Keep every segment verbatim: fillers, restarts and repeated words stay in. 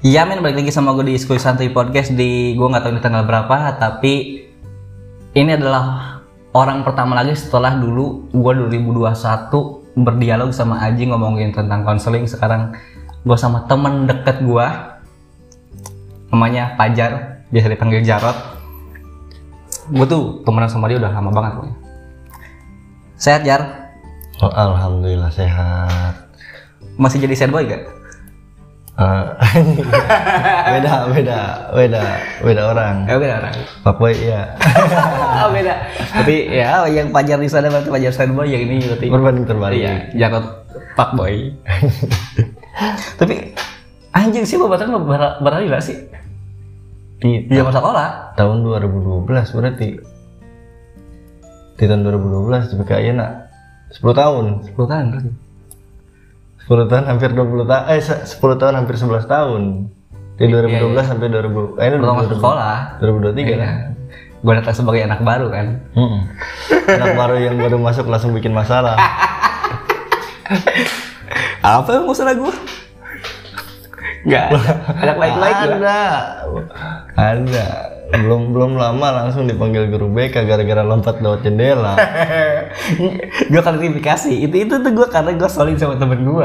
Iya men, balik lagi sama gue di Skuy Santuy Podcast. Di gue gak tahu ini tanggal berapa, tapi ini adalah orang pertama lagi setelah dulu gue dua ribu dua puluh satu berdialog sama Aji ngomongin tentang konseling. Sekarang gue sama temen deket gue, namanya Pajar, biasa dipanggil Jarot. Gue tuh temenan sama dia udah lama banget. Sehat Jar? Oh, alhamdulillah sehat. Masih jadi sad boy gak? Uh, beda, beda, beda, beda orang. Eh, beda orang. Fuckboy iya. Oh, beda. Tapi ya yang Pajar di sana berarti Pajar sad boy, yang ini berarti berbanding terbalik. Iya, Jarot fuckboy. Tapi anjing sih babatan ber- berani lah sih. Di Iya masa sekolah. tahun dua ribu dua belas berarti. Di tahun dua ribu dua belas tapi kayaknya sepuluh tahun. sepuluh tahun berarti. sepuluh tahun hampir dua puluh tahun. Eh sepuluh tahun hampir sebelas tahun. Di dua ribu dua belas iya, iya. sampai dua ribu. Eh ini Pertama masuk sekolah. dua ribu dua puluh tiga Iya. kan. Gue datang sebagai anak baru kan. Mm-mm. Anak baru yang baru masuk langsung bikin masalah. Apa yang masalah gue? Gak ada. Anak like-like gue. Ada. Ada. Belum belum lama langsung dipanggil guru B K gara-gara lompat lewat jendela. Gue klarifikasi. Itu itu tuh gue karena gue solid sama temen gue.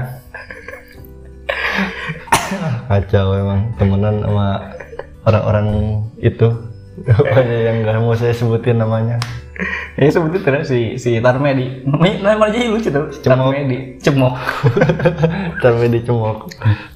Kacau emang temenan sama orang-orang itu. Banyak yang gak mau saya sebutin namanya. Ya sebetulnya terus si si Tarmedi. Nama aja lucu tuh. Cemok. Tarmedi. Cemok. Tapi dicemok.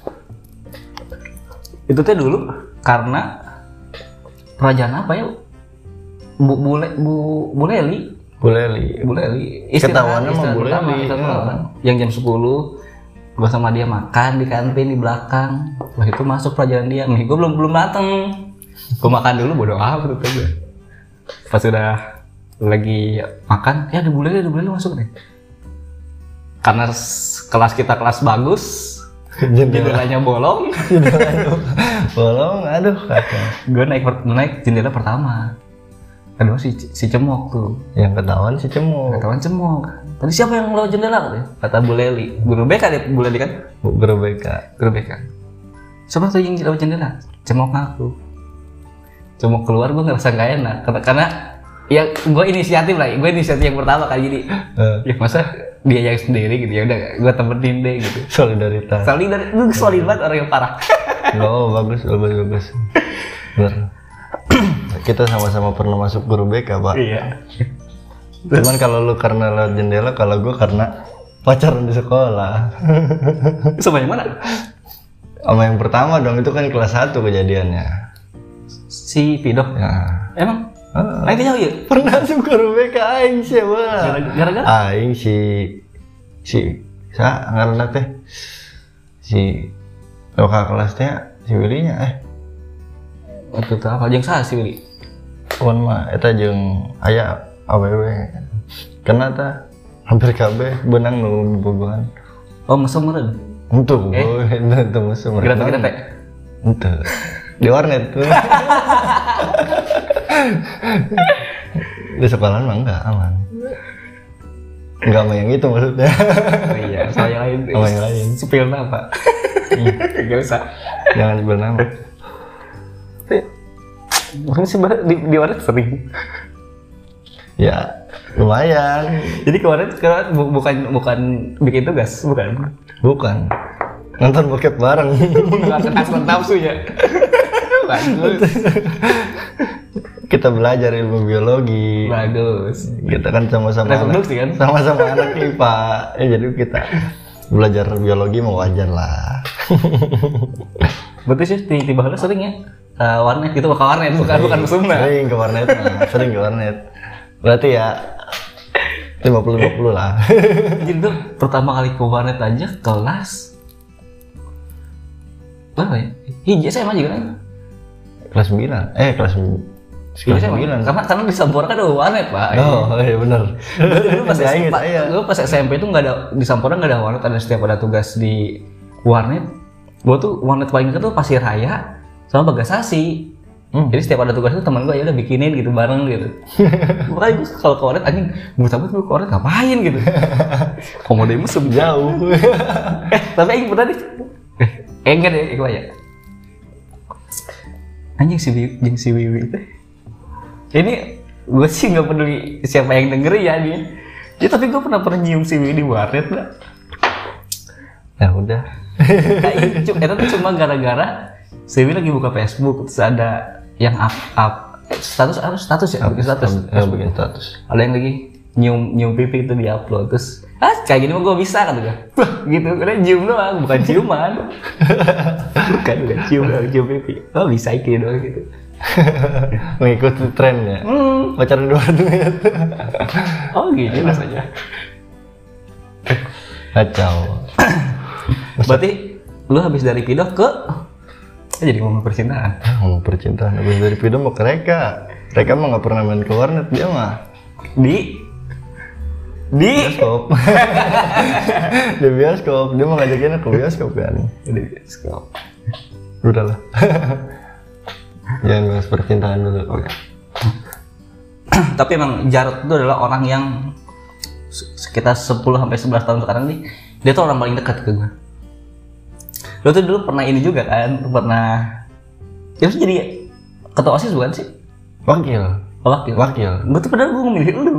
Itu tuh dulu karena kerajaan apa ya? Bu Bule Bu Buleli. Buleli. Buleli. Ketahuannya sama Buleli. Ya. Yang jam sepuluh gua sama dia makan di kantin di belakang. Wah itu masuk pelajaran dia. Nih gua belum belum datang. Gua makan dulu bodo amat tuh gue. Pas udah lagi makan, ya ada Buleli, ada Buleli masuk nih. Karena s- kelas kita kelas bagus, Jendela. jendelanya bolong. Jendelanya bolong. Aduh kacau. Gue naik per- naik jendela pertama. Kedua si si Cemok tuh. Yang ketahuan si cemok. Ketahuan Cemok. Tadi siapa yang lewat jendela katanya? Kata Bu Leli. Guru B K deh, Bu Leli kan? Guru B K. Guru B K. Siapa tuh yang lewat jendela? Cemok aku. Cemok keluar gue ngerasa gak enak. Karena, karena ya gue inisiatif lah. Gue inisiatif yang pertama kali jadi. Eh, Ya masa dia yang sendiri gitu ya udah gue temenin deh gitu. solidaritas. Solid dari lu solid banget orang yang parah. Oh bagus bagus bagus. Bener. Kita sama-sama pernah masuk guru B K pak. Iya. Cuman kalau lu karena lewat jendela, kalau gue karena pacaran di sekolah. Sama yang mana? Sama yang pertama dong, itu kan kelas satu kejadiannya. Si Pido. Ya. Emang? Ah, Aing jauh ya? pernah masuk guru B K aing siapa? Gara-gara? Aing si si sa ngaranna teh si kakak kelasnya si Willy-nya eh Waktu itu apa? Jeung saha sih Willy? Wan mah eta jeung aya awewe. Karena ta hampir kabeh benang nu bobogan. Oh, mesum meureun. Untuk Eh? boy, itu musuh mereka. Gerak-gerak teh. Itu di warnet tuh. Di sekolah mah enggak aman. Enggak sama yang itu maksudnya. Oh iya, sama yang lain. Sama yang lain. Sepil apa? Enggak usah. Jangan sebel nama. Makanya sih di, di warnet sering. Ya lumayan. Jadi kemarin kemarin bu- bukan bukan bikin tugas, bukan. Bukan. Nonton bokep bareng. Bukan asal nafsu ya. Bagus. Kita belajar ilmu biologi. Bagus. Kita kan sama-sama Reproduksi kan? sama-sama anak I P A. Ya jadi kita belajar biologi mau wajar lah. Berarti sih di tiba tiba sering ya. Uh, warnet gitu ke warnet bukan bukan mesumna. Sering ke warnet, nah. sering ke warnet. Berarti ya lima puluh lima puluh lah. Jadi tuh pertama kali ke warnet aja kelas berapa ya? Hiji S M A juga kan? Kelas sembilan. Eh kelas Hiji kelas S M A. sembilan. Karena karena di Sampora kan ada warnet, Pak. Oh, iya benar. Dulu pas Ya, S M P, ingat, iya. dulu pas S M P itu nggak ada di Sampora nggak ada warnet, ada setiap ada tugas di warnet. Gua tuh warnet paling dekat tuh Pasir Raya sama Bagasasi. Hmm. Jadi setiap ada tugas itu teman gue ya udah bikinin gitu bareng gitu. Makanya gue kalau ke warnet anjing, gue takut gue ke warnet ngapain gitu. Komodo mesum Jauh. eh tapi aing pernah deh. Eh enggak deh, iku aja. anjing si Wiwi, anjing si Wiwi itu. Ini gue sih nggak peduli siapa yang denger ya dia. Ya tapi gue pernah pernah nyium si Wiwi di warnet lah. Ya udah. Nah, itu tuh cuma gara-gara si Wiwi lagi buka Facebook terus ada yang up up status harus status ya bikin status. Ya, bikin status. Ada yang lagi nyium nyium pipi itu di upload terus ah kayak gini mah gue bisa kan tuh gitu udah cium doang bukan ciuman bukan bukan cium doang cium pipi oh bisa iki doang gitu mengikuti tren ya hmm. pacaran dua duit oh gitu rasanya kacau. Berarti lu habis dari Pido ke eh, jadi ngomong percintaan ah, ngomong percintaan habis dari Pido mau ke Reka Reka mah nggak pernah main ke warnet dia mah di di bioskop. Di bioskop dia mau ngajakin aku bioskop kan di bioskop udahlah. Jangan bahas percintaan dulu. Oke. Tapi emang Jarod itu adalah orang yang sekitar sepuluh sampai sebelas tahun sekarang nih dia tuh orang paling dekat ke gue. Lo tuh dulu pernah ini juga kan pernah ya jadi ketua OSIS bukan sih wakil wakil wakil gue tuh padahal gue memilih lu.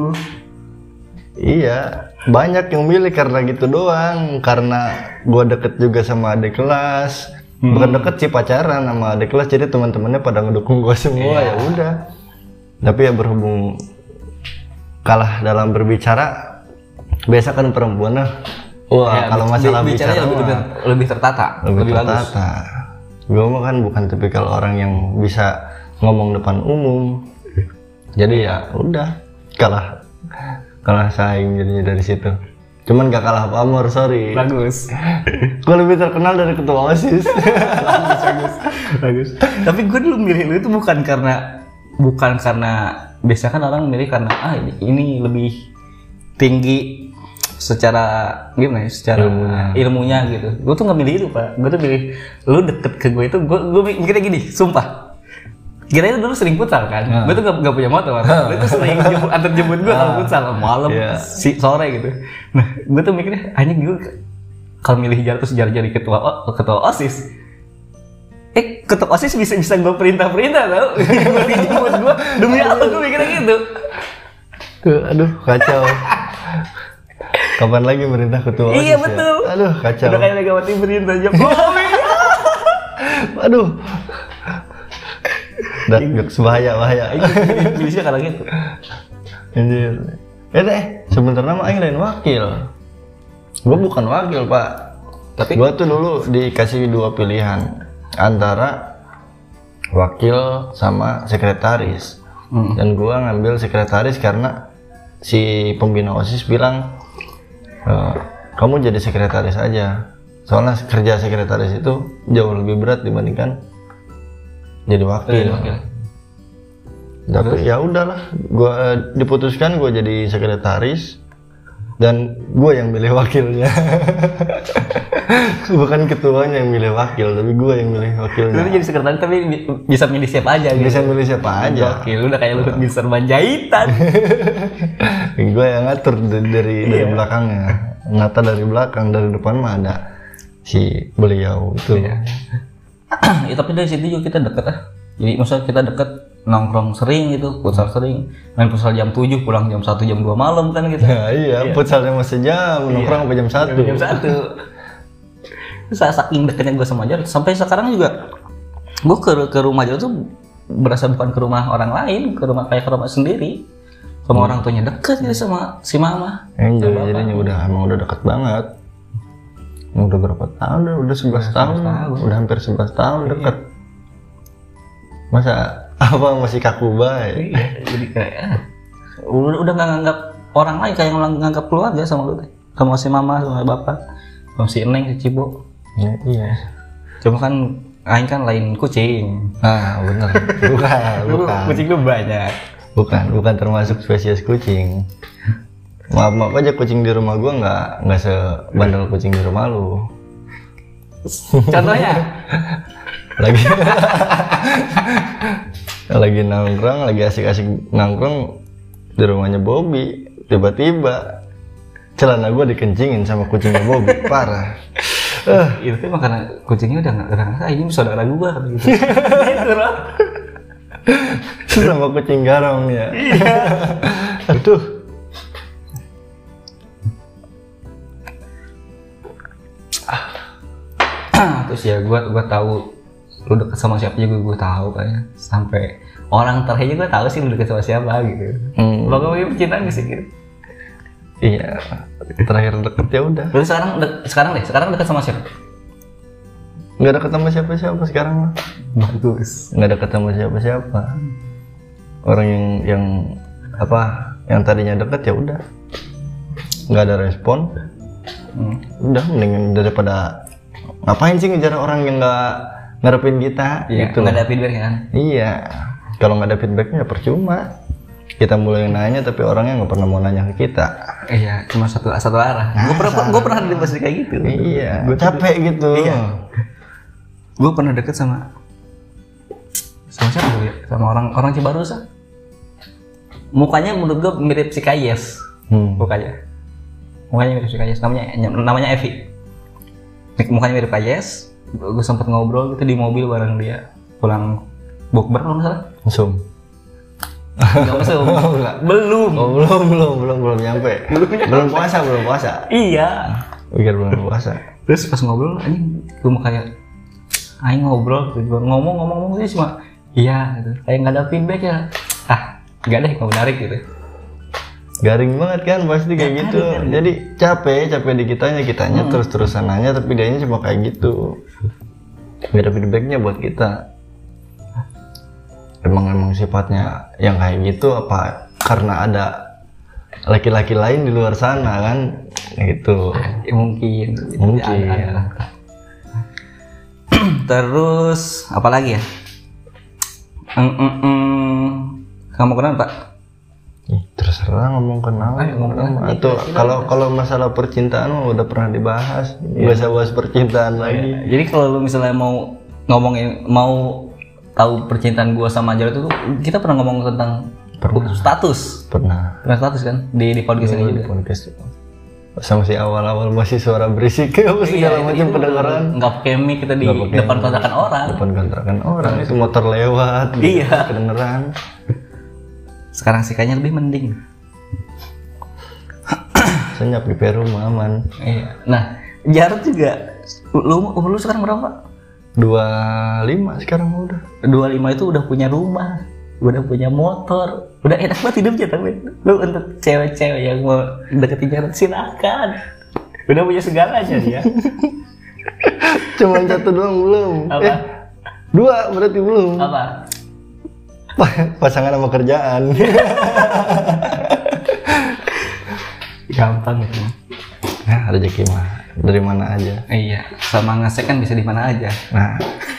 Iya, banyak yang milih karena gitu doang. Karena gue deket juga sama adik kelas. Hmm. Bukan deket sih pacaran sama adik kelas. Jadi teman-temannya pada ngedukung gue semua. Yeah. Ya udah. Tapi ya berhubung kalah dalam berbicara, biasa kan perempuan lah. Wah, ya, kalau masalah bicara lebih, lebih, lebih tertata, lebih, lebih tertata. Gue mah kan bukan tipikal orang yang bisa ngomong depan umum. Jadi ya udah kalah. Kalah saing jadinya dari situ. Cuman gak kalah pamor, sorry. Bagus. Gue lebih terkenal dari ketua OSIS. Bagus, bagus, bagus. Tapi gue dulu milih lu itu bukan karena bukan karena biasa kan orang milih karena ah ini, ini lebih tinggi secara gimana ya, secara ilmunya, ilmunya gitu. Gue tuh nggak milih itu pak. Gue tuh milih lu deket ke gue itu. Gue gue mikirnya gini, sumpah. Kira itu dulu sering futsal kan, nah. Gue tuh gak, gak punya motor, gue tuh sering jemput, antar jemput gue kalau futsal malam, yeah. si, sore gitu. Nah, gue tuh mikirnya, anjing gue kalau milih Jarod terus Jarod jadi ketua ketua OSIS, eh ketua OSIS bisa bisa gue perintah perintah tau, gue jemput gue demi apa gue mikirnya gitu. Aduh kacau. Kapan lagi merintah ketua OSIS? Iya betul. Ya? Aduh kacau. Udah kayak Megawati merintah jemput. Aduh. Dah, bahaya bahaya. Inggrisnya karena gitu. Anjir. Eh deh, sebenarnya mah aing lain wakil. Gua bukan wakil, Pak. Tapi gua tuh dulu dikasih dua pilihan antara wakil sama sekretaris. Hmm. Dan gua ngambil sekretaris karena si pembina OSIS bilang e, kamu jadi sekretaris aja. Soalnya kerja sekretaris itu jauh lebih berat dibandingkan jadi wakil. wakil. Tapi ya udahlah, gue diputuskan gue jadi sekretaris dan gue yang milih wakilnya. Bukan ketuanya yang milih wakil, tapi gue yang milih wakilnya. Lu jadi sekretaris tapi bisa milih siapa aja gitu. Bisa milih siapa aja. Wakil udah kayak Luhut bin Sarpanjaitan. Gue yang ngatur dari dari, iya. dari belakangnya, nata dari belakang, dari depan mah ada si beliau itu. Iya. Ya, tapi dari situ juga kita deket ah. Jadi maksudnya kita deket nongkrong sering gitu, futsal sering. Main futsal jam tujuh, pulang jam satu, jam dua malam kan gitu. Ya, iya, iya, futsalnya masih jam, nongkrong sampai iya. jam satu. Jam satu. Saking dekatnya gue sama Jarod, sampai sekarang juga gue ke ke rumah Jarod tuh berasa bukan ke rumah orang lain, ke rumah kayak ke rumah sendiri. Sama hmm. orang tuanya deket gitu sama si mama. Eh, jadi jadinya udah emang udah deket banget. Udah berapa tahun? Udah sebelas tahun. tahun. Udah hampir sebelas tahun deket. Iya. Masa apa masih kaku baik? Iya, jadi kayak udah udah nggak nganggap orang lain, kayak nganggap keluarga sama lu, sama si mama, sama bapak, sama si Neng, si Cibo. Ya, iya. Cuma kan Aing kan lain kucing. Ah benar. Bukan, bukan. Kucing lu banyak. Bukan, bukan termasuk spesies kucing. Maaf, maaf aja kucing di rumah gua nggak nggak sebandel kucing di rumah lu. Contohnya? lagi lagi nongkrong, lagi asik-asik nongkrong di rumahnya Bobby, tiba-tiba celana gue dikencingin sama kucingnya Bobby, parah. Uh. Itu tuh karena kucingnya udah nggak ngerasa ini saudara gua kata gitu. Gitu loh. Sama kucing garong ya. Iya. Itu. Terus ya gua gua tahu lu deket sama siapa juga gua tahu kayaknya. Sampai orang terakhir juga tahu sih lu deket sama siapa gitu. Hmm. Lo kamu percintaan gak sih gitu? Iya. Terakhir deket ya udah. Terus sekarang de sekarang deh, sekarang deket sama siapa? Nggak deket sama siapa-siapa sekarang mah. Bagus. Nggak deket sama siapa-siapa. Orang yang yang apa? Yang tadinya deket ya udah. Nggak ada respon. Hmm. Udah mendingan daripada ngapain sih ngejar orang yang nggak ngarepin kita? Iya, gitu. Nggak ada feedback kan? Iya. Kalau nggak ada feedbacknya percuma. Kita mulai nanya tapi orangnya nggak pernah mau nanya ke kita. Iya, cuma satu satu arah. Nah, gue pernah gue pernah di posisi kayak gitu. Iya. Gue capek gitu. Iya. Gue pernah deket sama sama siapa dulu ya? Sama orang orang Cibarusah. Mukanya menurut gue mirip si Kayes. Hmm. Mukanya. Mukanya mirip si Kayes. Namanya namanya Evi. Mukanya mirip Kayes. Gue sempet ngobrol gitu di mobil bareng dia. Pulang bukber kalau nggak salah. Langsung. Enggak masuk. Belum. Oh, belum, belum, belum, belum nyampe. Belum, belum puasa, belum puasa. Iya. Pikir belum puasa. Terus pas ngobrol, anjing, gue mau kayak, aing ngobrol, ngomong-ngomong sih cuma, iya, gitu. Kayak nggak ada feedback ya. Ah, nggak deh, nggak menarik gitu. Garing banget kan, pasti kayak ya, gitu. Kan, Jadi capek, capek di kitanya, kitanya hmm. terus-terusan nanya, tapi dianya cuma kayak gitu. Nggak ada feedbacknya buat kita. Emang emang sifatnya yang kayak gitu apa karena ada laki-laki lain di luar sana kan gitu ya, mungkin mungkin ada, ada. Terus apa lagi ya mm -mm -mm. Kamu kenal Pak? Ih, terserah ngomong kenal Ayo, ngomong kenal. Atau kalau kalau masalah percintaan mah udah pernah dibahas nggak usah bahas percintaan oh, lagi ya. Jadi kalau lu misalnya mau ngomongin mau tahu percintaan gue sama Jarod itu kita pernah ngomong tentang pernah. status pernah pernah status kan di di podcast ini juga podcast sama si awal-awal masih suara berisik apa segala macam pendengaran nggak pakai mic kita di depan kontrakan orang depan kontrakan orang itu motor lewat gitu, iya kedengeran sekarang sih kayaknya lebih mending senyap di Peru aman iya nah Jarod juga lu umur lu sekarang berapa? dua puluh lima sekarang udah dua puluh lima itu udah punya rumah udah punya motor udah enak banget hidupnya tapi lu untuk cewek-cewek yang mau deketin Jarod silakan udah punya segalanya dia cuman satu doang belum apa? Eh, dua berarti belum apa? pasangan sama kerjaan gampang itu nah rezeki mah dari mana aja iya sama ngesek kan bisa di mana aja nah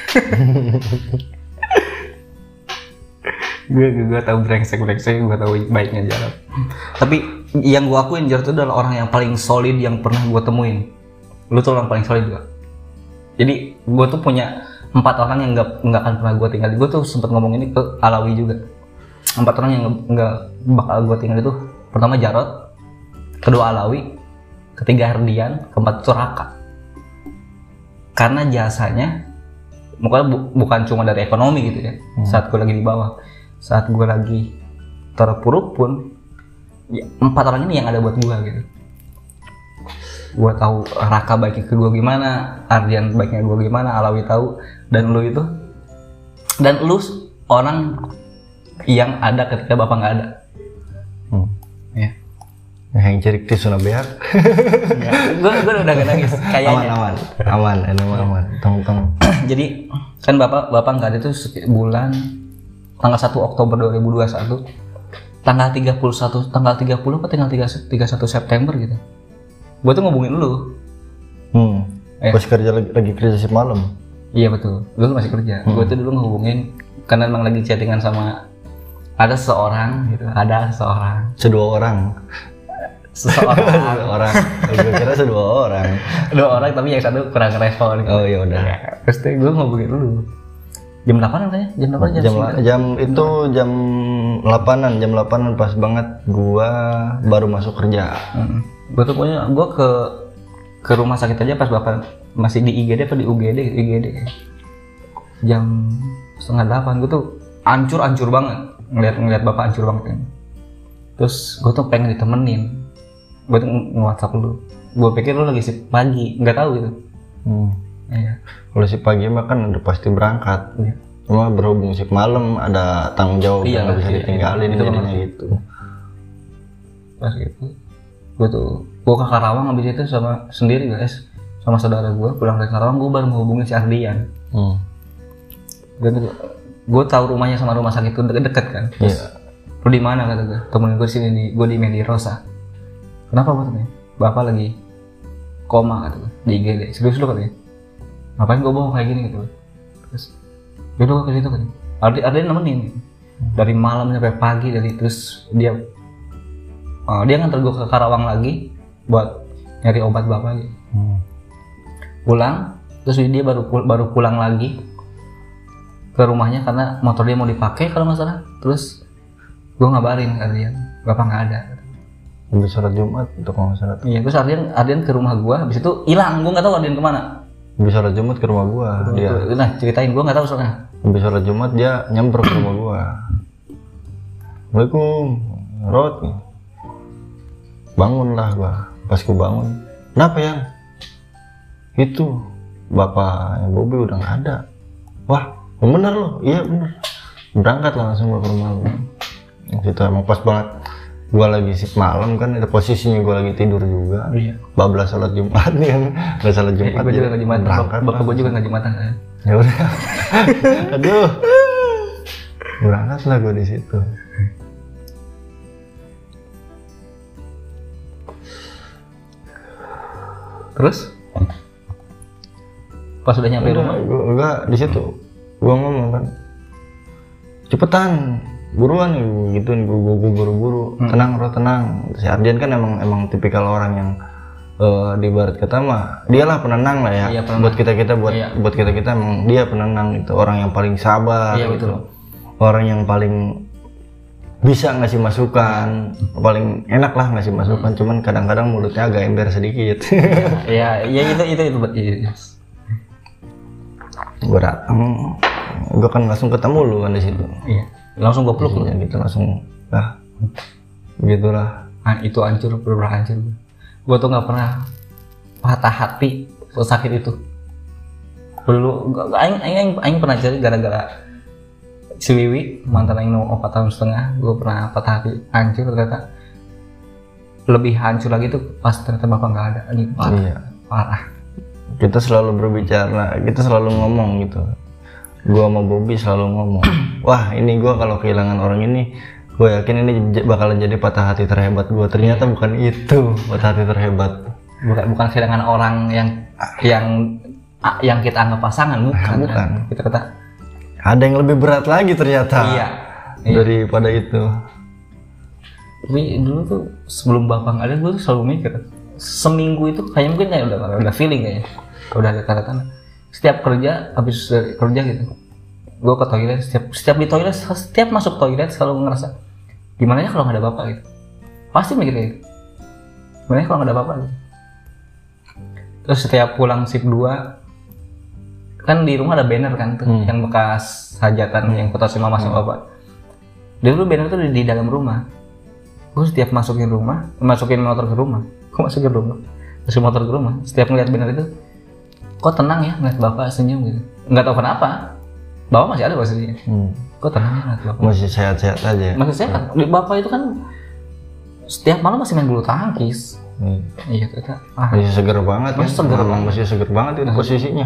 gue gue tahu brengsek brengsek gue tahu baiknya Jarod tapi yang gue akuin Jarod itu adalah orang yang paling solid yang pernah gue temuin lu tuh orang paling solid juga jadi gue tuh punya empat orang yang nggak nggak akan pernah gue tinggal gue tuh sempat ngomong ini ke Alawi juga empat orang yang nggak bakal gue tinggal itu pertama Jarod kedua Alawi ketiga Herdian, keempat itu Raka. Karena jasanya, bukan bu, bukan cuma dari ekonomi gitu ya. Hmm. Saat gue lagi di bawah, saat gue lagi terpuruk pun, ya, empat orang ini yang ada buat gue gitu. Gue tahu Raka baiknya ke gue gimana, Herdian baiknya gue gimana, Alawi tahu, dan lu itu, dan lu orang yang ada ketika bapak nggak ada. Hmm. Ya. Yang cerik di Sunda Beak. Gue gue udah gak nangis kayaknya. Aman aman aman aman aman. Tong tong. Jadi kan bapak bapak nggak ada itu bulan tanggal satu Oktober dua ribu dua puluh satu, tanggal tiga puluh satu tanggal tiga puluh apa tanggal tiga puluh satu September gitu. Gue tuh ngubungin lu. Hmm. Eh. Pas kerja lagi, lagi kerja si malam. Iya betul. Lu masih kerja. Hmm. Gue tuh dulu ngehubungin karena emang lagi chattingan sama ada seseorang gitu, ada seseorang. Sedua orang. Seseorang. orang. Gue kira sedua orang. Dua orang tapi yang satu kurang respon. Gitu. Oh iya udah. Terus tuh gue ngehubungin lu. Jam delapan katanya? Jam delapan jam jam, jam itu jam delapanan, jam delapanan pas banget gua baru masuk kerja. Hmm. Gue tuh punya, gue ke ke rumah sakit aja pas bapak masih di I G D apa di U G D I G D jam setengah delapan gue tuh hancur hancur banget ngeliat ngeliat bapak hancur banget kan. Terus gue tuh pengen ditemenin, gue tuh nge-WhatsApp lu, gue pikir lu lagi sip pagi, nggak tahu gitu. Hmm. Iya. Kalau sip pagi mah kan udah pasti berangkat. Iya. Cuma berhubung sip malam ada tanggung jawab iya, yang nggak bisa iya, ditinggalin, itu jadinya gitu. Pas gitu, gue tuh gue ke Karawang abis itu sama sendiri guys, sama saudara gue pulang dari Karawang, gue baru menghubungi si Ardian. Hmm. Dan gue tahu rumahnya sama rumah sakit itu deket-deket kan. Terus yeah. Lu di mana kata gue? Temen gue sini di gue di Media Rosa. Kenapa katanya? Bapak lagi koma kata gue di I G D. Serius lu katanya? Ngapain gue bohong kayak gini gitu? Terus yaudah gue ke situ kan. Ardi Ardian nemenin dari malam sampai pagi dari terus dia uh, dia nganter gue ke Karawang lagi buat nyari obat bapak gitu. Hmm. Pulang terus dia baru baru pulang lagi ke rumahnya karena motor dia mau dipakai kalau nggak salah. Terus gue ngabarin ke Ardian, bapak nggak ada. Habis sholat Jumat untuk kalau nggak salah. Iya, terus Ardian Ardian ke rumah gue, habis itu hilang. Gue nggak tahu Ardian kemana. Habis sholat Jumat ke rumah gue. Dia. Nah ceritain, gue nggak tahu soalnya. Habis sholat Jumat dia nyamper ke rumah gue. Assalamualaikum, Rod. Bangunlah gue. Pas gue bangun, kenapa ya? Itu bapaknya Bobby udah nggak ada. Wah. Oh, bener loh, iya bener. Berangkat langsung ke rumah lu. Itu emang pas banget. Gua lagi sip malam kan, ada posisinya gua lagi tidur juga. Iya. Bablas sholat Jumat nih kan, udah sholat Jumat. Gue juga nggak Jumatan. Berangkat. Bapak gue juga nggak Jumatan kan. Ya udah. Aduh. Berangkat lah gua di situ. Terus? Pas udah nyampe rumah? Gua enggak di situ. Gua ngomong kan, cepetan, buruan nih, gituin gua, gua, gua buru-buru, hmm. tenang Ro, tenang. Si Ardian kan emang emang tipikal orang yang uh, di barat kata mah, dialah penenang lah ya. Iya, penenang. Buat kita kita buat iya. buat kita kita emang dia penenang itu, orang yang paling sabar, iya, gitu. Orang yang paling bisa ngasih masukan, paling enak lah ngasih masukan. Hmm. Cuman kadang-kadang mulutnya agak ember sedikit. Iya, iya itu itu itu buat iya. Gue datang, gue kan langsung ketemu lu kan di situ. Iya. Langsung gue peluk lu. Ya, gitu langsung, lah, gitulah. Ah, itu hancur, bener-bener hancur. Gue tuh nggak pernah patah hati sesakit itu. Dulu, aing aing aing pernah jadi gara-gara si Wiwi mantan aing nomor empat tahun setengah, gue pernah patah hati, hancur ternyata. Lebih hancur lagi tuh pas ternyata bapak nggak ada. Ini parah. Iya. Parah. Kita selalu berbicara, kita selalu ngomong gitu. Gua sama Bobby selalu ngomong, wah ini gua kalau kehilangan orang ini, gua yakin ini bakalan jadi patah hati terhebat gua. Ternyata yeah. bukan itu patah hati terhebat. Bukan bukan kehilangan orang yang yang yang kita anggap pasangan, bukan. Bukan. Kan? Kita kata ada yang lebih berat lagi ternyata. Iya. Daripada iya. itu. Tapi dulu tuh sebelum bapak nggak ada, gua tuh selalu mikir. Seminggu itu kayaknya mungkin kayak udah udah feeling kayaknya, udah ada tanda-tanda. Setiap kerja, habis kerja gitu, gue ke toilet. Setiap setiap di toilet, setiap masuk toilet selalu ngerasa gimana ya kalau nggak ada bapak gitu. Pasti mikir kayak gitu. Gimana ya kalau nggak ada bapak gitu. Terus setiap pulang shift dua, kan di rumah ada banner kan tuh, hmm. yang bekas hajatan, hmm. yang foto si mama sama bapak. Dulu banner tuh di, di dalam rumah. Gue setiap masukin rumah, masukin motor ke rumah. Kok masukin rumah, masukin motor ke rumah, setiap ngeliat banner itu kok tenang ya ngeliat bapak senyum gitu. Nggak tahu kenapa, bapak masih ada posisinya. hmm. Kok tenang ya ngeliat bapak, masih sehat-sehat aja. Masih sehat. hmm. Bapak itu kan setiap malam masih main bulu tangkis. hmm. Iya ternyata ah, masih seger banget masih kan? seger emang masih seger banget itu masih posisinya.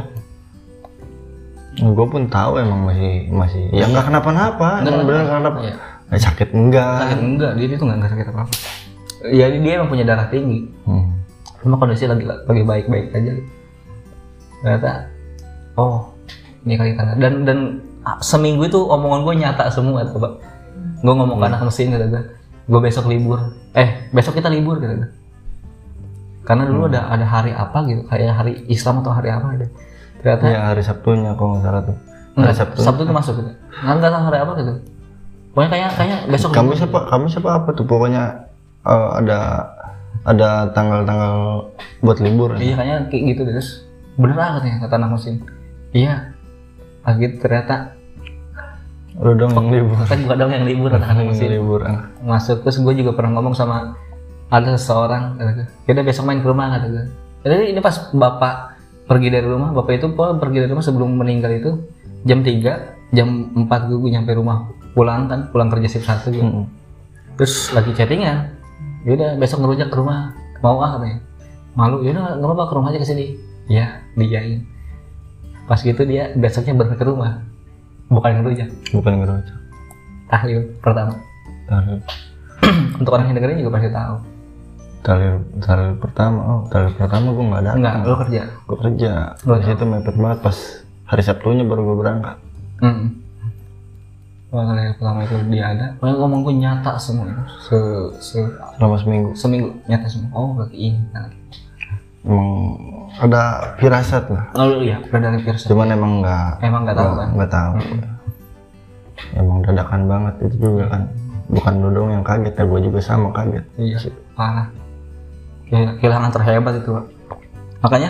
Gue pun tahu emang masih masih ya nggak kenapa-napa, emang bener kenapa ya. Eh, sakit enggak sakit enggak dia itu nggak sakit apa-apa. Ya dia emang punya darah tinggi, hmm. cuma kondisi lagi lagi baik-baik aja. Ternyata, oh ini kali tanda. Dan dan seminggu itu omongan gue nyata semua, tuh Pak. Gue ngomong ke hmm. anak mesin kata gue, gue besok libur. Eh besok kita libur kata gue. Karena dulu hmm. ada ada hari apa gitu, kayak hari Islam atau hari apa gitu. Ternyata. Ya hari Sabtunya kalau nggak salah tuh. Hari enggak, Sabtu. Sabtu itu masuk gitu. Nggak nggak tahu hari apa gitu. Pokoknya kayak kayak besok. Kamu siapa? Kamu siapa apa tuh? Pokoknya uh, ada ada tanggal-tanggal buat libur. Iya kayaknya kayak gitu deh. Terus bener lah katanya kata anak mesin. Iya. Pas gitu ternyata lu dong yang libur. Kan gua dong yang libur kata anak mesin. Libur. Masuk terus gue juga pernah ngomong sama ada seseorang kata gue. Yaudah besok main ke rumah kata gue. Jadi ini pas bapak pergi dari rumah, bapak itu pergi dari rumah sebelum meninggal itu jam tiga, jam empat gue, gue nyampe rumah pulang kan, pulang kerja shift satu gitu. Hmm. Terus lagi chattingan, yaudah besok ngerujak ke rumah, mau ah katanya. Malu, yaudah nggak apa-apa ke rumah aja kesini. Ya, dijain. Pas gitu dia besoknya berangkat ke rumah, bukan ngerujak. Bukan ngerujak. Tahlil pertama. Tahlil. Untuk orang yang dengerin juga pasti tahu. Tahlil, tahlil pertama, oh tahlil pertama gue nggak datang. Enggak, lo kerja. Gue kerja. Di situ mepet banget pas hari Sabtunya baru gue berangkat. Hmm. Wah, kali pertama itu dia ada. Pokoknya ngomong gue nyata semua itu. Se, se selama seminggu. Seminggu nyata semua. Oh, berarti ini. Emang ada firasat lah. Oh iya, ada dari firasat. Cuman emang nggak. Emang nggak tahu kan? Nggak tahu. Hmm. Emang dadakan banget itu juga kan. Bukan lu dong yang kaget ya, gue juga sama kaget. Iya, parah. Kehilangan terhebat itu, Pak. Makanya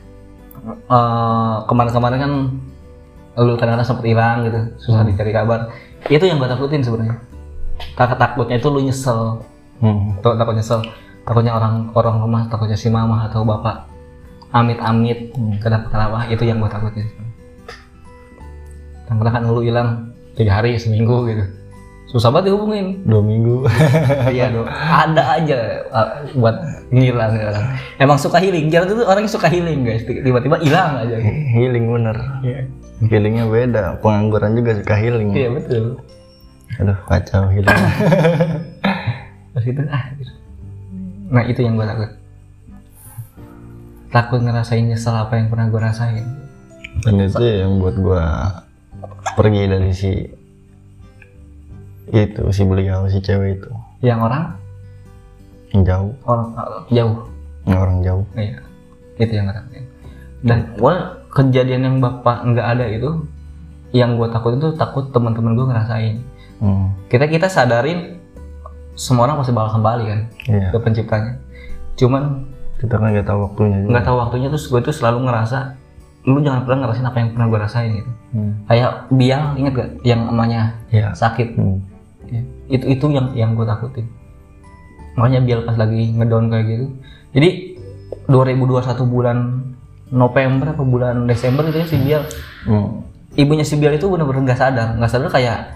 uh, kemarin-kemarin kan lu kadang-kadang sempet hilang gitu, susah hmm. dicari kabar. Itu yang gue takutin sebenarnya. Takutnya itu lu nyesel, hmm. takut nyesel, takutnya orang orang rumah, takutnya si mama atau bapak amit-amit hmm. kedapatan apa, itu yang gue takutin. Kadang-kadang kan lu hilang tiga hari, seminggu gitu. Susah banget dihubungin. Dua minggu. Iya dong. Ada aja uh, buat ngilang orang. Emang suka healing. Jarang tuh orang yang suka healing guys. Tiba-tiba hilang aja. Healing bener. Iya. Healingnya beda. Pengangguran juga suka healing. Iya betul. Aduh kacau healing. Terus itu ah. Nah itu yang gue takut. Takut ngerasain nyesel apa yang pernah gue rasain. Dan itu yang buat gue pergi dari si itu si beliau si cewek itu yang orang yang jauh orang jauh yang orang jauh iya itu yang ngerasain. Dan gue kejadian yang bapak nggak ada itu yang gue takut itu takut teman-teman gue ngerasain. hmm. kita kita sadarin semua orang pasti bakal kembali kan iya. ke penciptanya, cuman kita kan nggak tahu waktunya juga. nggak tahu waktunya. Terus gue tuh selalu ngerasa lu jangan pernah ngerasain apa yang pernah gue rasain gitu. hmm. Kayak Bial, inget gak yang emaknya ya. sakit. hmm. Ya, itu itu yang yang gue takutin. Makanya Bial pas lagi ngedown kayak gitu. Jadi dua ribu dua puluh satu bulan November apa bulan Desember gitu ya si Bial. Hmm. Ibunya si Bial itu benar-benar nggak sadar, nggak sadar kayak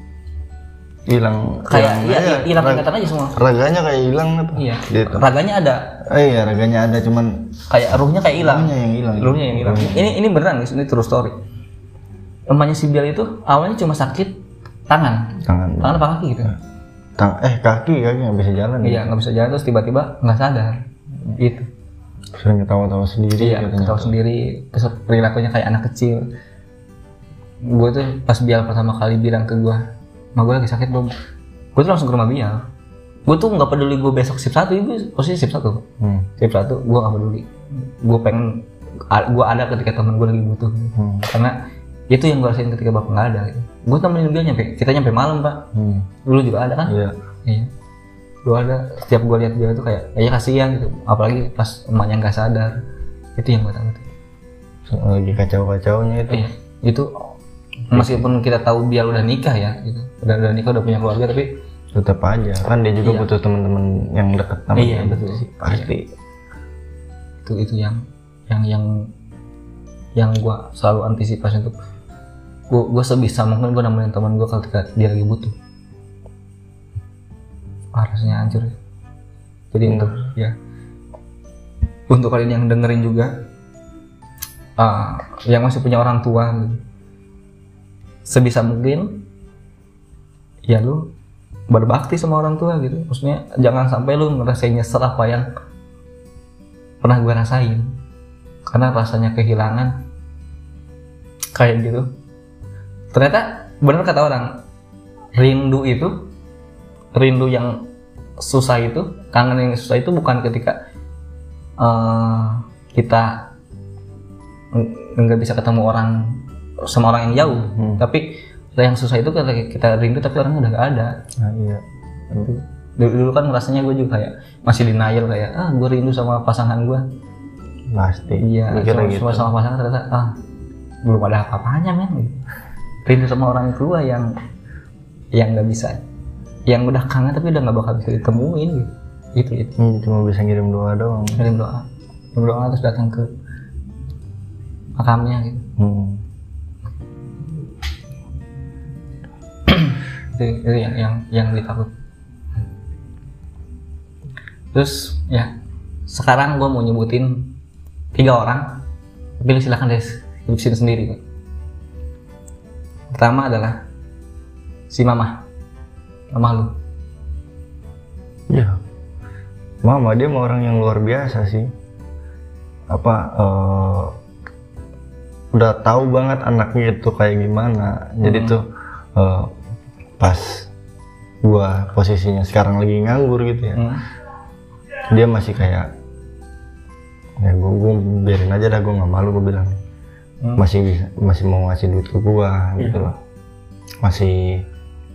hilang. Kayak iya hilang rag, ingatan aja semua. Raganya kayak hilang apa? Iya. Gitu. Raganya ada. Oh iya raganya ada cuman kayak ruhnya kayak hilang. Ruhnya yang hilang. Ruhnya yang hilang. Ini ini beneran guys, ini true story. Emaknya si Bial itu awalnya cuma sakit tangan, tangan, tangan apa kaki gitu? Tang, eh kaki kaki nggak bisa jalan. Iya nggak bisa jalan terus tiba-tiba nggak sadar, gitu. Sering ketawa-tawa sendiri. Iya ketawa sendiri, terus perilakunya kayak anak kecil. Gue tuh pas Bial pertama kali bilang ke gue, "Ma gue lagi sakit belum?" Gue tuh langsung ke rumah Bial. Gue tuh nggak peduli gue besok shift satu, gue posisi shift satu, hmm. shift satu, gue nggak peduli. Gue pengen, gue ada ketika temen gue lagi butuh, hmm. karena itu yang gue rasain ketika bapak nggak ada. Gitu. Gue temenin dia nyampe, kita nyampe malam pak. Hmm. Dulu juga ada kan? Iya. Iya. Dulu ada. Setiap gue lihat dia tuh kayak, kayaknya kasihan gitu. Apalagi pas emaknya nggak sadar. Itu yang gue takut. Lagi kacau-kacaunya itu. Iya. Itu meskipun kita tahu dia udah nikah ya, gitu. Udah udah nikah, udah punya keluarga, tapi tetap aja kan dia juga iya. butuh teman-teman yang dekat sama iya, dia. Betul sih. Pasti. Itu itu yang yang yang yang gue selalu antisipasi untuk gue gue sebisa mungkin gue nemenin teman gue ketika dia lagi butuh. Ah, rasanya hancur. Jadi hmm. untuk ya untuk kalian yang dengerin juga, uh, yang masih punya orang tua, gitu, sebisa mungkin ya lu berbakti sama orang tua gitu. Maksudnya jangan sampai lu ngerasain nyesel apa yang pernah gue rasain, karena rasanya kehilangan kayak gitu. Ternyata benar kata orang, rindu itu, rindu yang susah itu, kangen yang susah itu bukan ketika uh, kita nggak bisa ketemu orang sama orang yang jauh, hmm. tapi yang susah itu ketika kita rindu tapi orangnya udah nggak ada. Nah, iya. Itu dulu, dulu kan rasanya gue juga kayak masih denial kayak ah gue rindu sama pasangan gue. Pasti. Iya, sama, gitu. sama pasangan ternyata ah belum ada apa-apanya men. Rindu sama orang tua yang yang nggak bisa, yang udah kangen tapi udah nggak bakal bisa ditemuin gitu. Itu itu. Hmm, cuma bisa ngirim doa doang. Ngirim doa, ngirim doa terus datang ke makamnya gitu. Hmm. itu, itu yang yang yang ditakut. Terus ya sekarang gue mau nyebutin tiga orang, pilih silakan deh nyebutin sendiri. Pertama adalah si mama, mama lu. Iya, mama dia mah orang yang luar biasa sih. Apa uh, udah tahu banget anaknya itu kayak gimana. Jadi hmm. tuh uh, pas gua posisinya sekarang lagi nganggur gitu ya. Hmm. Dia masih kayak ya gua, gua biarin aja dah, gua nggak malu, gua bilang hmm. masih bisa, masih mau ngasih duit ke gua gitu loh, masih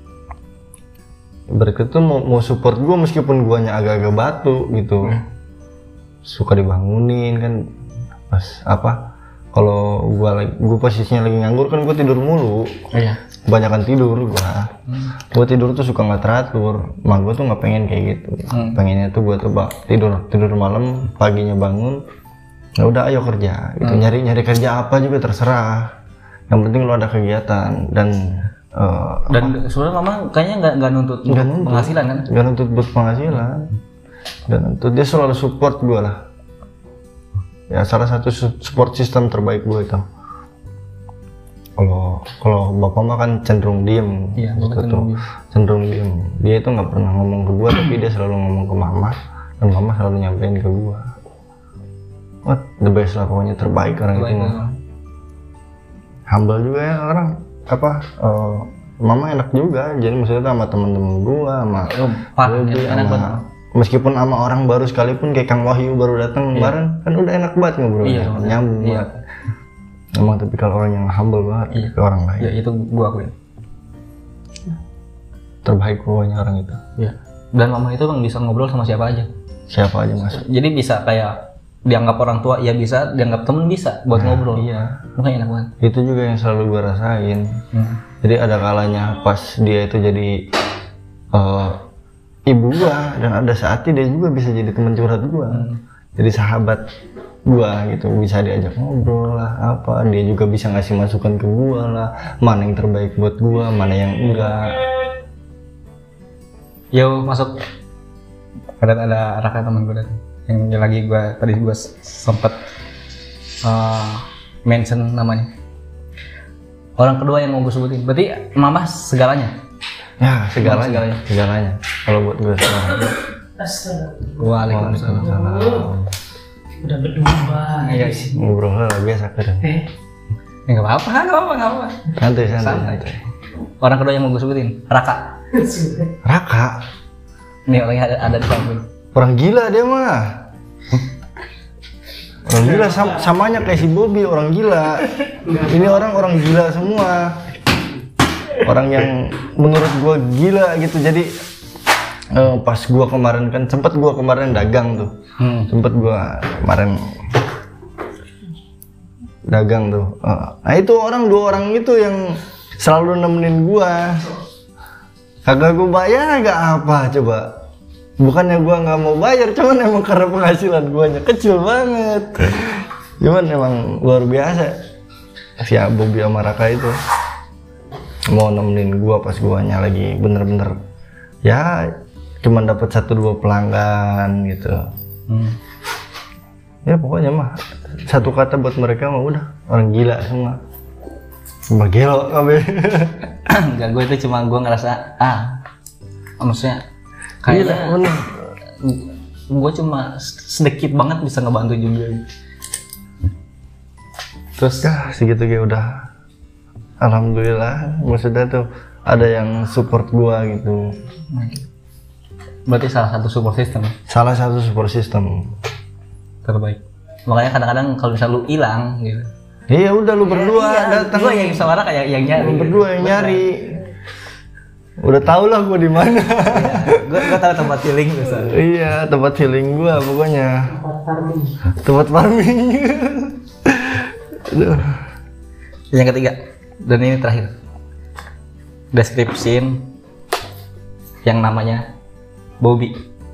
berarti tuh mau, mau support gua meskipun guanya agak-agak batu gitu. hmm. Suka dibangunin kan pas apa kalau gua lagi gua posisinya lagi nganggur kan gua tidur mulu. Iya. Kebanyakan tidur gua. Hmm. Gua tidur tuh suka nggak teratur. Mak gua tuh nggak pengen kayak gitu. Hmm. Pengennya tuh gua tuh bak, tidur tidur malam, paginya bangun, ya udah ayo kerja. Gitu. Hmm. Nyari nyari kerja apa juga terserah. Yang penting lu ada kegiatan dan uh, dan sebenarnya mama kayaknya nggak nggak nuntut, nuntut penghasilan kan? Nggak nuntut buat penghasilan. Dan nuntut dia selalu support gua lah. Ya salah satu support system terbaik gua itu. Kalau kalau bapak mah kan cenderung diem, iya, gitu tuh, cenderung diem. Dia itu nggak pernah ngomong ke gua, tapi dia selalu ngomong ke mama, dan mama selalu nyampein ke gua. What the best lah, pokoknya terbaik orang terbaik itu. Mah. Humble juga ya orang, apa? Uh, mama enak juga, jadi maksudnya sama teman-teman gua, sama, oh, part, dia, enak sama banget. Meskipun sama orang baru sekalipun kayak Kang Wahyu baru datang kemarin, iya. kan udah enak banget ngobrol, iya, nyambung iya. banget. Emang tapi kalau orang yang humble banget iya. ke orang lain. Ya itu gua akuin. Terbaik pokoknya orang itu. Iya. Dan mama itu bang bisa ngobrol sama siapa aja. Siapa aja mas. Jadi bisa kayak dianggap orang tua ya bisa, dianggap temen bisa buat nah, ngobrol. Iya. Makanya enak banget. Itu juga yang selalu gua rasain. Hmm. Jadi ada kalanya pas dia itu jadi uh, ibu gua dan ada saatnya dia juga bisa jadi teman curhat gua. Hmm. Jadi sahabat gua gitu, bisa diajak ngobrol lah apa, dia juga bisa ngasih masukan ke gua lah, mana yang terbaik buat gua, mana yang enggak. Yo masuk, kadang ada Raka teman gua yang lagi gua tadi gua sempet uh, mention namanya. Orang kedua yang mau gua sebutin, berarti mama segalanya. Ya segalanya, segalanya, segalanya. Kalau buat gua segalanya. Waalaikumsalam. Udah berdua ya sih ngobrol lah biasa kan eh nggak apa-apa nggak apa-apa nggak apa santai santai orang kedua yang mau gue sebutin Raka. Raka nih orangnya ada, ada di samping orang gila dia mah orang gila sam samanya kayak si Bobby, orang gila. Ini orang orang gila semua, orang yang menurut gua gila gitu. Jadi Uh, pas gua kemarin kan sempet gua kemarin dagang tuh, hmm. sempet gua kemarin dagang tuh. Uh, nah itu orang dua orang itu yang selalu nemenin gua. Kagak gua bayar agak apa coba? Bukannya gua nggak mau bayar, cuman emang karena penghasilan guanya kecil banget. Cuman emang luar biasa si Bobby sama Raka itu mau nemenin gua pas guanya lagi bener-bener ya. Cuman dapat satu dua pelanggan gitu. Hmm. Ya pokoknya mah satu kata buat mereka mah udah orang gila semua. Cuma gelo kabe. Enggak, gue itu cuma gue ngerasa ah maksudnya kayaknya gue cuma sedikit banget bisa ngebantu juga. Terus ya segitu ya udah alhamdulillah, maksudnya tuh ada yang support gue gitu. Berarti salah satu support system. Salah satu support system terbaik. Makanya kadang-kadang kalau misal lu hilang gitu. Iya udah lu berdua iya, datang. Gua yang sama kayak yang nyari. Lu berdua yang nyari. Udah tau lah gue di mana. Gue gue tahu tempat healing lu soalnya. Iya, tempat healing gue pokoknya. Tempat farming. Aduh. Yang ketiga, dan ini terakhir. Deskripsiin yang namanya Bobby.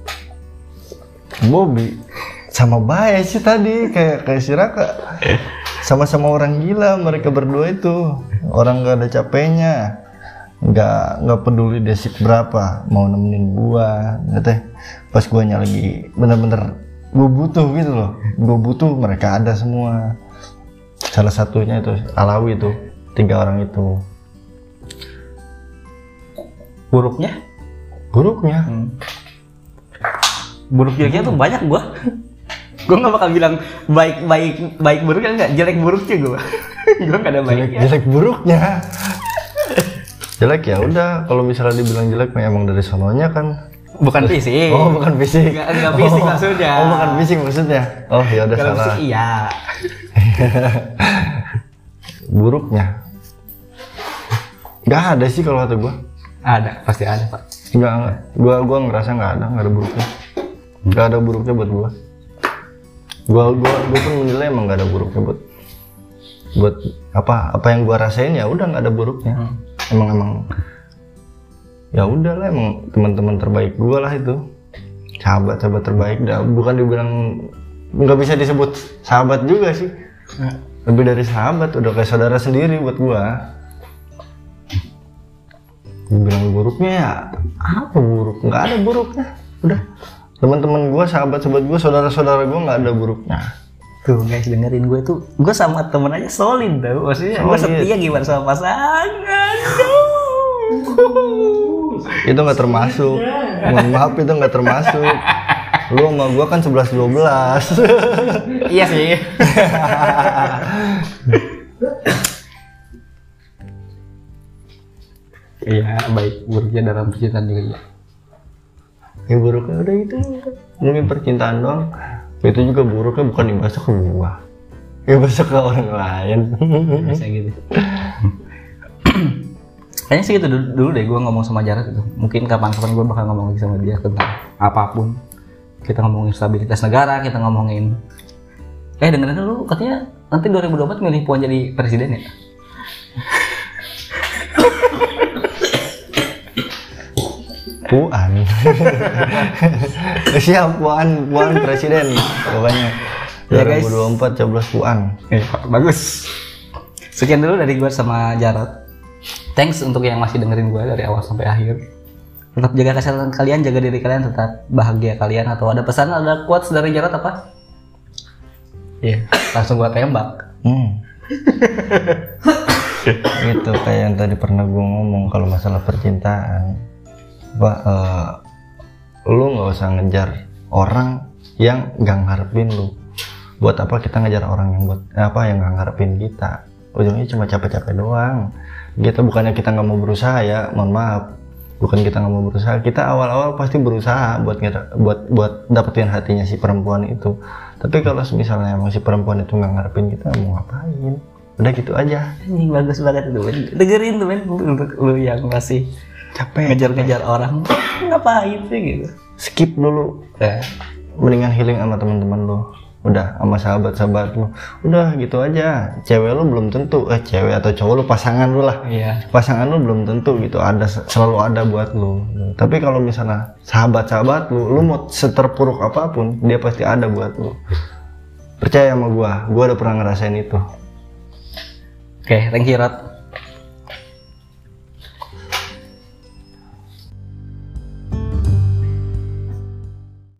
Bobby sama baik sih tadi, kayak kayak si Raka. Sama-sama orang gila mereka berdua itu. Orang gak ada capeknya. Nggak nggak peduli desik berapa mau nemenin gua, teh pas guanya lagi bener-bener gua butuh gitu loh, gua butuh mereka ada semua. Salah satunya itu Alawi itu, tiga orang itu. Buruknya? Buruknya? Hmm. Buruknya tuh banyak gua. Gua nggak bakal bilang baik baik baik buruknya nggak, jelek buruknya gua. Gua nggak ada baik. Jelek, jelek buruknya. Jelek ya udah, kalau misalnya dibilang jelek memang dari sononya kan. Bukan fisik. Oh, bukan fisik. Enggak, enggak fisik oh, maksudnya. Oh, bukan fisik maksudnya. Oh, ya udah Kalau salah. fisik iya. Buruknya. Gak ada sih kalau kata gua. Ada, pasti ada, Pak. Enggak, enggak. Gua gua ngerasa enggak ada, enggak ada buruknya. Enggak ada buruknya buat gua. Gua gua gua pun menilai emang enggak ada buruknya buat buat apa apa yang gua rasain ya udah enggak ada buruknya. Hmm. Emang emang ya udahlah, emang teman-teman terbaik gue lah itu, sahabat-sahabat terbaik. Dah bukan dibilang, nggak bisa disebut sahabat juga sih, lebih dari sahabat, udah kayak saudara sendiri buat gue. Dibilang buruknya ya apa buruk, nggak ada buruknya. Udah teman-teman gue, sahabat-sahabat gue, saudara-saudara gue nggak ada buruknya. Tuh guys, dengerin gue tuh, gue sama temen aja solid tau, maksudnya gue setia gimana sama pasangan. Itu nggak termasuk, mohon maaf itu nggak termasuk. Lu sama gue kan sebelas dua belas. Iya sih. Iya, baik buruknya dalam percintaan juga ya. Yang buruknya udah itu, mungkin percintaan doang. Itu juga buruknya bukan dibahas ke gua, dibahas ke orang lain. Bisa gitu. Kayaknya sih gitu dulu, dulu deh gue ngomong sama Jarod itu. Mungkin kapan-kapan gue bakal ngomong lagi sama dia tentang apapun. Kita ngomongin stabilitas negara, kita ngomongin. Eh dengerin dulu, katanya nanti dua ribu dua puluh empat milih Puan jadi presiden ya? Puan. Siap Puan, Puan presiden pokoknya. Ya guys, dua ribu dua puluh empat coblos Puan. Eh, bagus. Sekian dulu dari gue sama Jarod. Thanks untuk yang masih dengerin gue dari awal sampai akhir. Tetap jaga kesehatan kalian, jaga diri kalian, tetap bahagia kalian. Atau ada pesan, ada quotes dari Jarod apa? Iya, yeah, langsung gue tembak. Hmm. Itu kayak yang tadi pernah gue ngomong kalau masalah percintaan. Pak, uh, lu nggak usah ngejar orang yang nggak ngarepin lu. Buat apa kita ngejar orang yang buat apa yang nggak ngarepin kita? Ujungnya cuma capek-capek doang. Kita bukannya kita nggak mau berusaha ya, mohon maaf. Bukan kita nggak mau berusaha. Kita awal-awal pasti berusaha buat buat buat dapetin hatinya si perempuan itu. Tapi kalau misalnya emang si perempuan itu nggak ngarepin kita, mau ngapain? Udah gitu aja. Ini bagus banget itu, men. Dengerin tuh, men, untuk lu yang masih capek ngejar-ngejar orang. Ngapain sih gitu? Skip dulu. Ya. Mendingan healing sama teman-teman lu. Udah sama sahabat-sahabat lu. Udah gitu aja. Cewek lu belum tentu, eh cewek atau cowok lu, pasangan lu lah. Iya. Pasangan lu belum tentu gitu ada, selalu ada buat lu. Tapi kalau misalnya sahabat-sahabat lu, lu mau seterpuruk apapun, dia pasti ada buat lu. Percaya sama gua, gua udah pernah ngerasain itu. Oke, okay, thank you Rod.